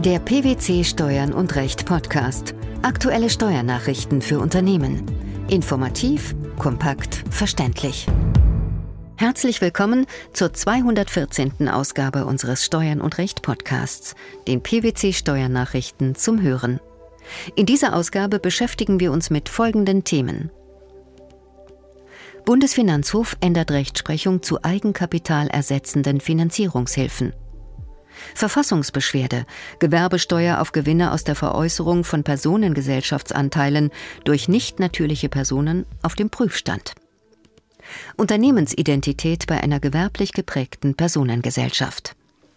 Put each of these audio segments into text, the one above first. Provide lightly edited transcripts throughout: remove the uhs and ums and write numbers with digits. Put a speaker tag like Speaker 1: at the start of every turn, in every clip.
Speaker 1: Der PwC Steuern und Recht Podcast. Aktuelle Steuernachrichten für Unternehmen. Informativ, kompakt, verständlich. Herzlich willkommen zur 214. Ausgabe unseres Steuern und Recht Podcasts, den PwC Steuernachrichten zum Hören. In dieser Ausgabe beschäftigen wir uns mit folgenden Themen. Bundesfinanzhof ändert Rechtsprechung zu eigenkapitalersetzenden Finanzierungshilfen. Verfassungsbeschwerde, Gewerbesteuer auf Gewinne aus der Veräußerung von Personengesellschaftsanteilen durch nicht natürliche Personen auf dem Prüfstand. Unternehmensidentität bei einer gewerblich geprägten Personengesellschaft.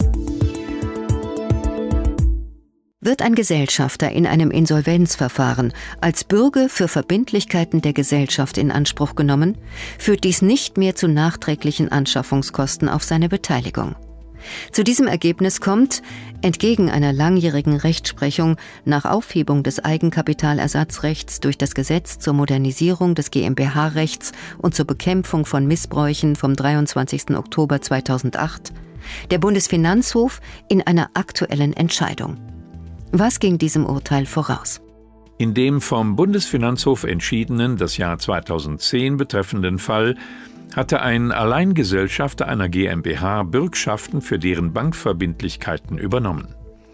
Speaker 1: Wird ein Gesellschafter in einem Insolvenzverfahren als Bürge für Verbindlichkeiten der Gesellschaft in Anspruch genommen, führt dies nicht mehr zu nachträglichen Anschaffungskosten auf seine Beteiligung. Zu diesem Ergebnis kommt, entgegen einer langjährigen Rechtsprechung nach Aufhebung des Eigenkapitalersatzrechts durch das Gesetz zur Modernisierung des GmbH-Rechts und zur Bekämpfung von Missbräuchen vom 23. Oktober 2008, der Bundesfinanzhof in einer aktuellen Entscheidung. Was ging diesem Urteil voraus?
Speaker 2: In dem vom Bundesfinanzhof entschiedenen, das Jahr 2010 betreffenden Fall hatte ein Alleingesellschafter einer GmbH Bürgschaften für deren Bankverbindlichkeiten übernommen.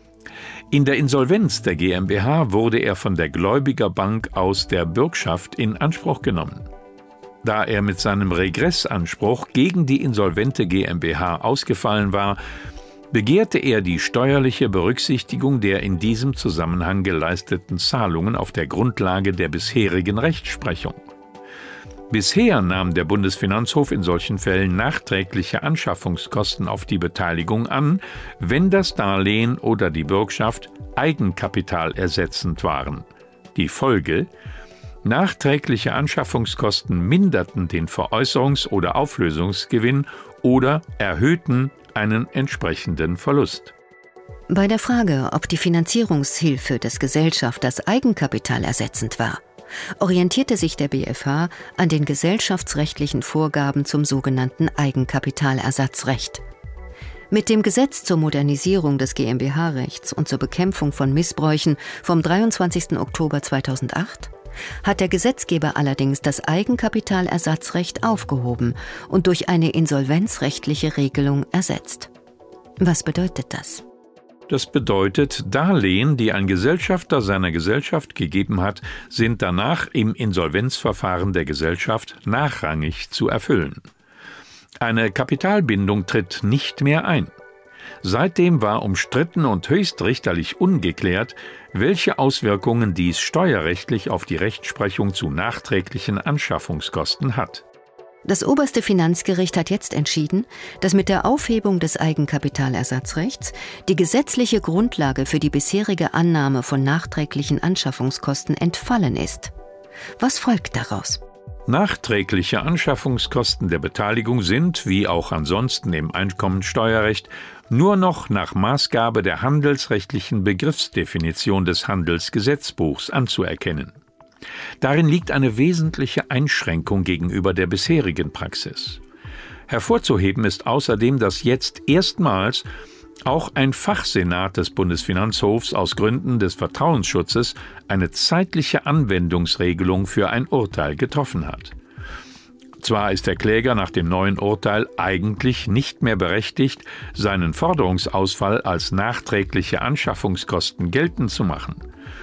Speaker 2: In der Insolvenz der GmbH wurde er von der Gläubigerbank aus der Bürgschaft in Anspruch genommen. Da er mit seinem Regressanspruch gegen die insolvente GmbH ausgefallen war, begehrte er die steuerliche Berücksichtigung der in diesem Zusammenhang geleisteten Zahlungen auf der Grundlage der bisherigen Rechtsprechung. Bisher nahm der Bundesfinanzhof in solchen Fällen nachträgliche Anschaffungskosten auf die Beteiligung an, wenn das Darlehen oder die Bürgschaft eigenkapitalersetzend waren. Die Folge: nachträgliche Anschaffungskosten minderten den Veräußerungs- oder Auflösungsgewinn oder erhöhten einen entsprechenden Verlust.
Speaker 1: Bei der Frage, ob die Finanzierungshilfe des Gesellschafters eigenkapitalersetzend war, orientierte sich der BfH an den gesellschaftsrechtlichen Vorgaben zum sogenannten Eigenkapitalersatzrecht. Mit dem Gesetz zur Modernisierung des GmbH-Rechts und zur Bekämpfung von Missbräuchen vom 23. Oktober 2008 hat der Gesetzgeber allerdings das Eigenkapitalersatzrecht aufgehoben und durch eine insolvenzrechtliche Regelung ersetzt. Was bedeutet das?
Speaker 2: Das bedeutet, Darlehen, die ein Gesellschafter seiner Gesellschaft gegeben hat, sind danach im Insolvenzverfahren der Gesellschaft nachrangig zu erfüllen. Eine Kapitalbindung tritt nicht mehr ein. Seitdem war umstritten und höchstrichterlich ungeklärt, welche Auswirkungen dies steuerrechtlich auf die Rechtsprechung zu nachträglichen Anschaffungskosten hat.
Speaker 1: Das oberste Finanzgericht hat jetzt entschieden, dass mit der Aufhebung des Eigenkapitalersatzrechts die gesetzliche Grundlage für die bisherige Annahme von nachträglichen Anschaffungskosten entfallen ist. Was folgt daraus?
Speaker 2: Nachträgliche Anschaffungskosten der Beteiligung sind, wie auch ansonsten im Einkommensteuerrecht, nur noch nach Maßgabe der handelsrechtlichen Begriffsdefinition des Handelsgesetzbuchs anzuerkennen. Darin liegt eine wesentliche Einschränkung gegenüber der bisherigen Praxis. Hervorzuheben ist außerdem, dass jetzt erstmals auch ein Fachsenat des Bundesfinanzhofs aus Gründen des Vertrauensschutzes eine zeitliche Anwendungsregelung für ein Urteil getroffen hat. Zwar ist der Kläger nach dem neuen Urteil eigentlich nicht mehr berechtigt, seinen Forderungsausfall als nachträgliche Anschaffungskosten geltend zu machen.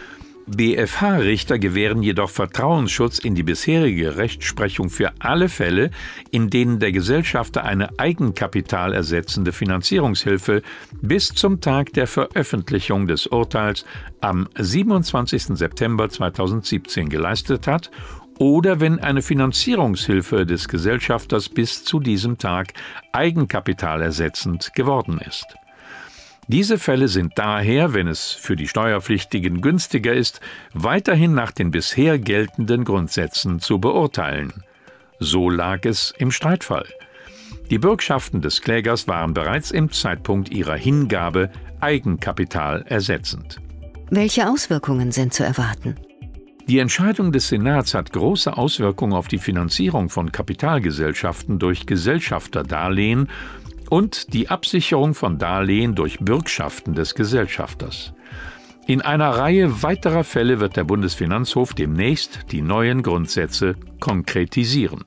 Speaker 2: BfH-Richter gewähren jedoch Vertrauensschutz in die bisherige Rechtsprechung für alle Fälle, in denen der Gesellschafter eine eigenkapitalersetzende Finanzierungshilfe bis zum Tag der Veröffentlichung des Urteils am 27. September 2017 geleistet hat oder wenn eine Finanzierungshilfe des Gesellschafters bis zu diesem Tag eigenkapitalersetzend geworden ist. Diese Fälle sind daher, wenn es für die Steuerpflichtigen günstiger ist, weiterhin nach den bisher geltenden Grundsätzen zu beurteilen. So lag es im Streitfall. Die Bürgschaften des Klägers waren bereits im Zeitpunkt ihrer Hingabe eigenkapitalersetzend.
Speaker 1: Welche Auswirkungen sind zu erwarten?
Speaker 2: Die Entscheidung des Senats hat große Auswirkungen auf die Finanzierung von Kapitalgesellschaften durch Gesellschafterdarlehen und die Absicherung von Darlehen durch Bürgschaften des Gesellschafters. In einer Reihe weiterer Fälle wird der Bundesfinanzhof demnächst die neuen Grundsätze konkretisieren.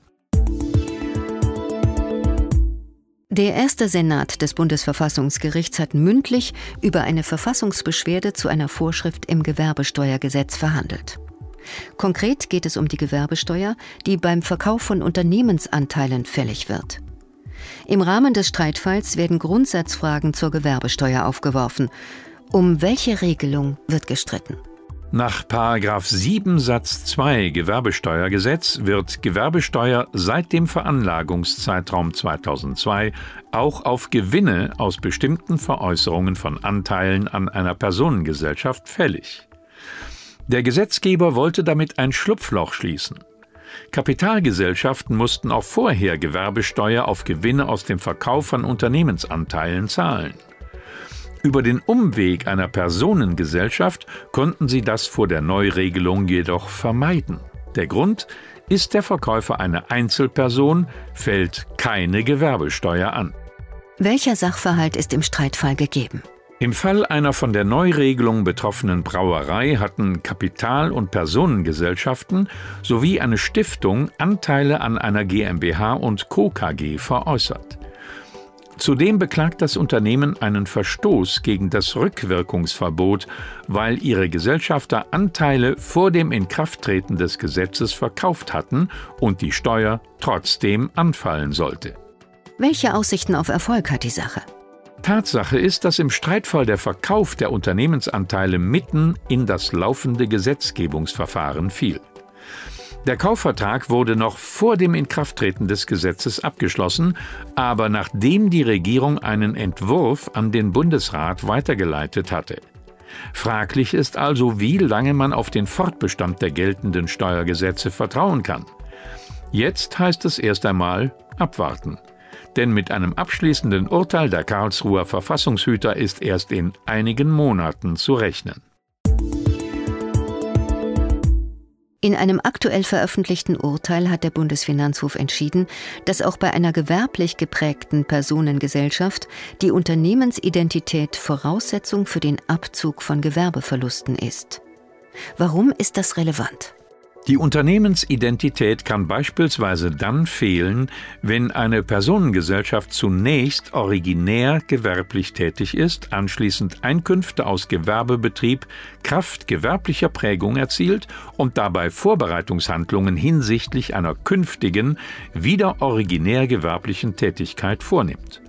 Speaker 1: Der erste Senat des Bundesverfassungsgerichts hat mündlich über eine Verfassungsbeschwerde zu einer Vorschrift im Gewerbesteuergesetz verhandelt. Konkret geht es um die Gewerbesteuer, die beim Verkauf von Unternehmensanteilen fällig wird. Im Rahmen des Streitfalls werden Grundsatzfragen zur Gewerbesteuer aufgeworfen. Um welche Regelung wird gestritten?
Speaker 2: Nach § 7 Satz 2 Gewerbesteuergesetz wird Gewerbesteuer seit dem Veranlagungszeitraum 2002 auch auf Gewinne aus bestimmten Veräußerungen von Anteilen an einer Personengesellschaft fällig. Der Gesetzgeber wollte damit ein Schlupfloch schließen. Kapitalgesellschaften mussten auch vorher Gewerbesteuer auf Gewinne aus dem Verkauf von Unternehmensanteilen zahlen. Über den Umweg einer Personengesellschaft konnten sie das vor der Neuregelung jedoch vermeiden. Der Grund: ist der Verkäufer eine Einzelperson, fällt keine Gewerbesteuer an.
Speaker 1: Welcher Sachverhalt ist im Streitfall gegeben?
Speaker 2: Im Fall einer von der Neuregelung betroffenen Brauerei hatten Kapital- und Personengesellschaften sowie eine Stiftung Anteile an einer GmbH und Co. KG veräußert. Zudem beklagt das Unternehmen einen Verstoß gegen das Rückwirkungsverbot, weil ihre Gesellschafter Anteile vor dem Inkrafttreten des Gesetzes verkauft hatten und die Steuer trotzdem anfallen sollte.
Speaker 1: Welche Aussichten auf Erfolg hat die Sache?
Speaker 2: Tatsache ist, dass im Streitfall der Verkauf der Unternehmensanteile mitten in das laufende Gesetzgebungsverfahren fiel. Der Kaufvertrag wurde noch vor dem Inkrafttreten des Gesetzes abgeschlossen, aber nachdem die Regierung einen Entwurf an den Bundesrat weitergeleitet hatte. Fraglich ist also, wie lange man auf den Fortbestand der geltenden Steuergesetze vertrauen kann. Jetzt heißt es erst einmal abwarten. Denn mit einem abschließenden Urteil der Karlsruher Verfassungshüter ist erst in einigen Monaten zu rechnen.
Speaker 1: In einem aktuell veröffentlichten Urteil hat der Bundesfinanzhof entschieden, dass auch bei einer gewerblich geprägten Personengesellschaft die Unternehmensidentität Voraussetzung für den Abzug von Gewerbeverlusten ist. Warum ist das relevant?
Speaker 2: Die Unternehmensidentität kann beispielsweise dann fehlen, wenn eine Personengesellschaft zunächst originär gewerblich tätig ist, anschließend Einkünfte aus Gewerbebetrieb kraft gewerblicher Prägung erzielt und dabei Vorbereitungshandlungen hinsichtlich einer künftigen, wieder originär gewerblichen Tätigkeit vornimmt.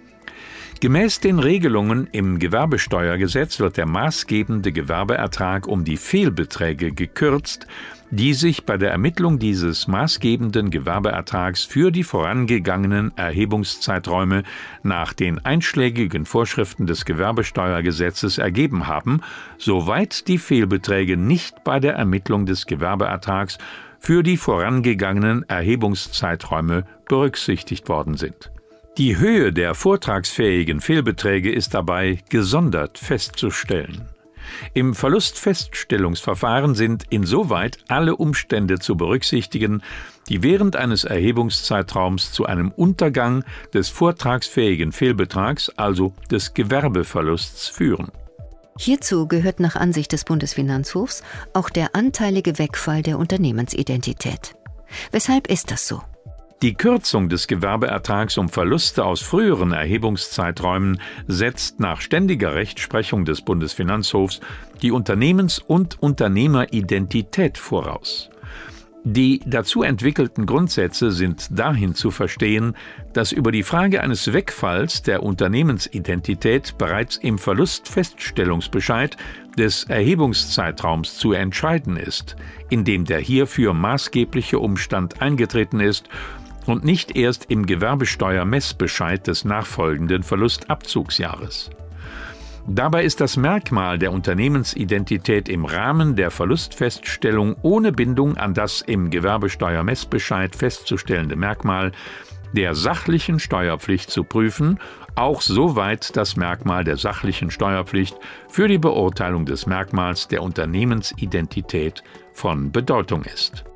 Speaker 2: Gemäß den Regelungen im Gewerbesteuergesetz wird der maßgebende Gewerbeertrag um die Fehlbeträge gekürzt, die sich bei der Ermittlung dieses maßgebenden Gewerbeertrags für die vorangegangenen Erhebungszeiträume nach den einschlägigen Vorschriften des Gewerbesteuergesetzes ergeben haben, soweit die Fehlbeträge nicht bei der Ermittlung des Gewerbeertrags für die vorangegangenen Erhebungszeiträume berücksichtigt worden sind. Die Höhe der vortragsfähigen Fehlbeträge ist dabei gesondert festzustellen. Im Verlustfeststellungsverfahren sind insoweit alle Umstände zu berücksichtigen, die während eines Erhebungszeitraums zu einem Untergang des vortragsfähigen Fehlbetrags, also des Gewerbeverlusts, führen.
Speaker 1: Hierzu gehört nach Ansicht des Bundesfinanzhofs auch der anteilige Wegfall der Unternehmensidentität. Weshalb ist das so?
Speaker 2: Die Kürzung des Gewerbeertrags um Verluste aus früheren Erhebungszeiträumen setzt nach ständiger Rechtsprechung des Bundesfinanzhofs die Unternehmens- und Unternehmeridentität voraus. Die dazu entwickelten Grundsätze sind dahin zu verstehen, dass über die Frage eines Wegfalls der Unternehmensidentität bereits im Verlustfeststellungsbescheid des Erhebungszeitraums zu entscheiden ist, in dem der hierfür maßgebliche Umstand eingetreten ist und nicht erst im Gewerbesteuermessbescheid des nachfolgenden Verlustabzugsjahres. Dabei ist das Merkmal der Unternehmensidentität im Rahmen der Verlustfeststellung ohne Bindung an das im Gewerbesteuermessbescheid festzustellende Merkmal der sachlichen Steuerpflicht zu prüfen, auch soweit das Merkmal der sachlichen Steuerpflicht für die Beurteilung des Merkmals der Unternehmensidentität von Bedeutung ist.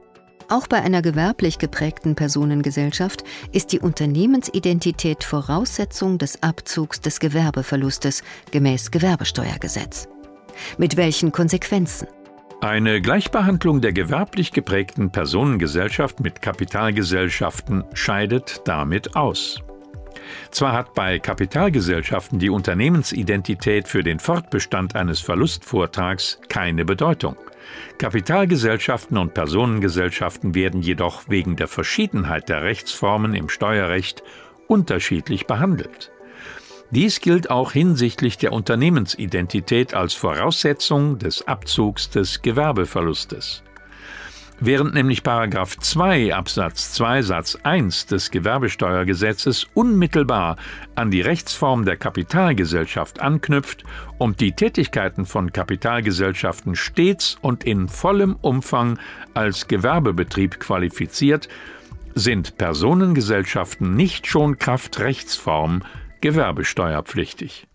Speaker 1: Auch bei einer gewerblich geprägten Personengesellschaft ist die Unternehmensidentität Voraussetzung des Abzugs des Gewerbeverlustes gemäß Gewerbesteuergesetz. Mit welchen Konsequenzen?
Speaker 2: Eine Gleichbehandlung der gewerblich geprägten Personengesellschaft mit Kapitalgesellschaften scheidet damit aus. Zwar hat bei Kapitalgesellschaften die Unternehmensidentität für den Fortbestand eines Verlustvortrags keine Bedeutung. Kapitalgesellschaften und Personengesellschaften werden jedoch wegen der Verschiedenheit der Rechtsformen im Steuerrecht unterschiedlich behandelt. Dies gilt auch hinsichtlich der Unternehmensidentität als Voraussetzung des Abzugs des Gewerbeverlustes. Während nämlich § 2 Absatz 2 Satz 1 des Gewerbesteuergesetzes unmittelbar an die Rechtsform der Kapitalgesellschaft anknüpft und die Tätigkeiten von Kapitalgesellschaften stets und in vollem Umfang als Gewerbebetrieb qualifiziert, sind Personengesellschaften nicht schon kraft Rechtsform gewerbesteuerpflichtig.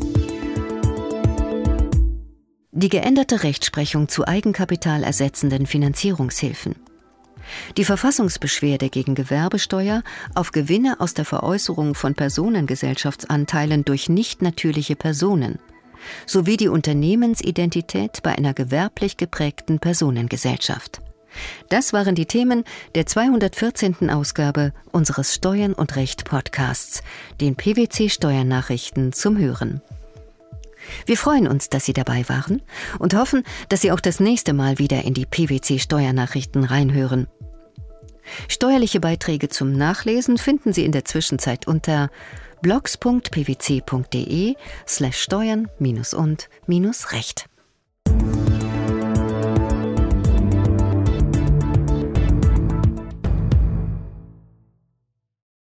Speaker 1: Die geänderte Rechtsprechung zu eigenkapitalersetzenden Finanzierungshilfen. Die Verfassungsbeschwerde gegen Gewerbesteuer auf Gewinne aus der Veräußerung von Personengesellschaftsanteilen durch nicht natürliche Personen sowie die Unternehmensidentität bei einer gewerblich geprägten Personengesellschaft. Das waren die Themen der 214. Ausgabe unseres Steuern und Recht Podcasts, den PwC Steuernachrichten zum Hören. Wir freuen uns, dass Sie dabei waren und hoffen, dass Sie auch das nächste Mal wieder in die PwC Steuernachrichten reinhören. Steuerliche Beiträge zum Nachlesen finden Sie in der Zwischenzeit unter blogs.pwc.de/steuern-und-recht.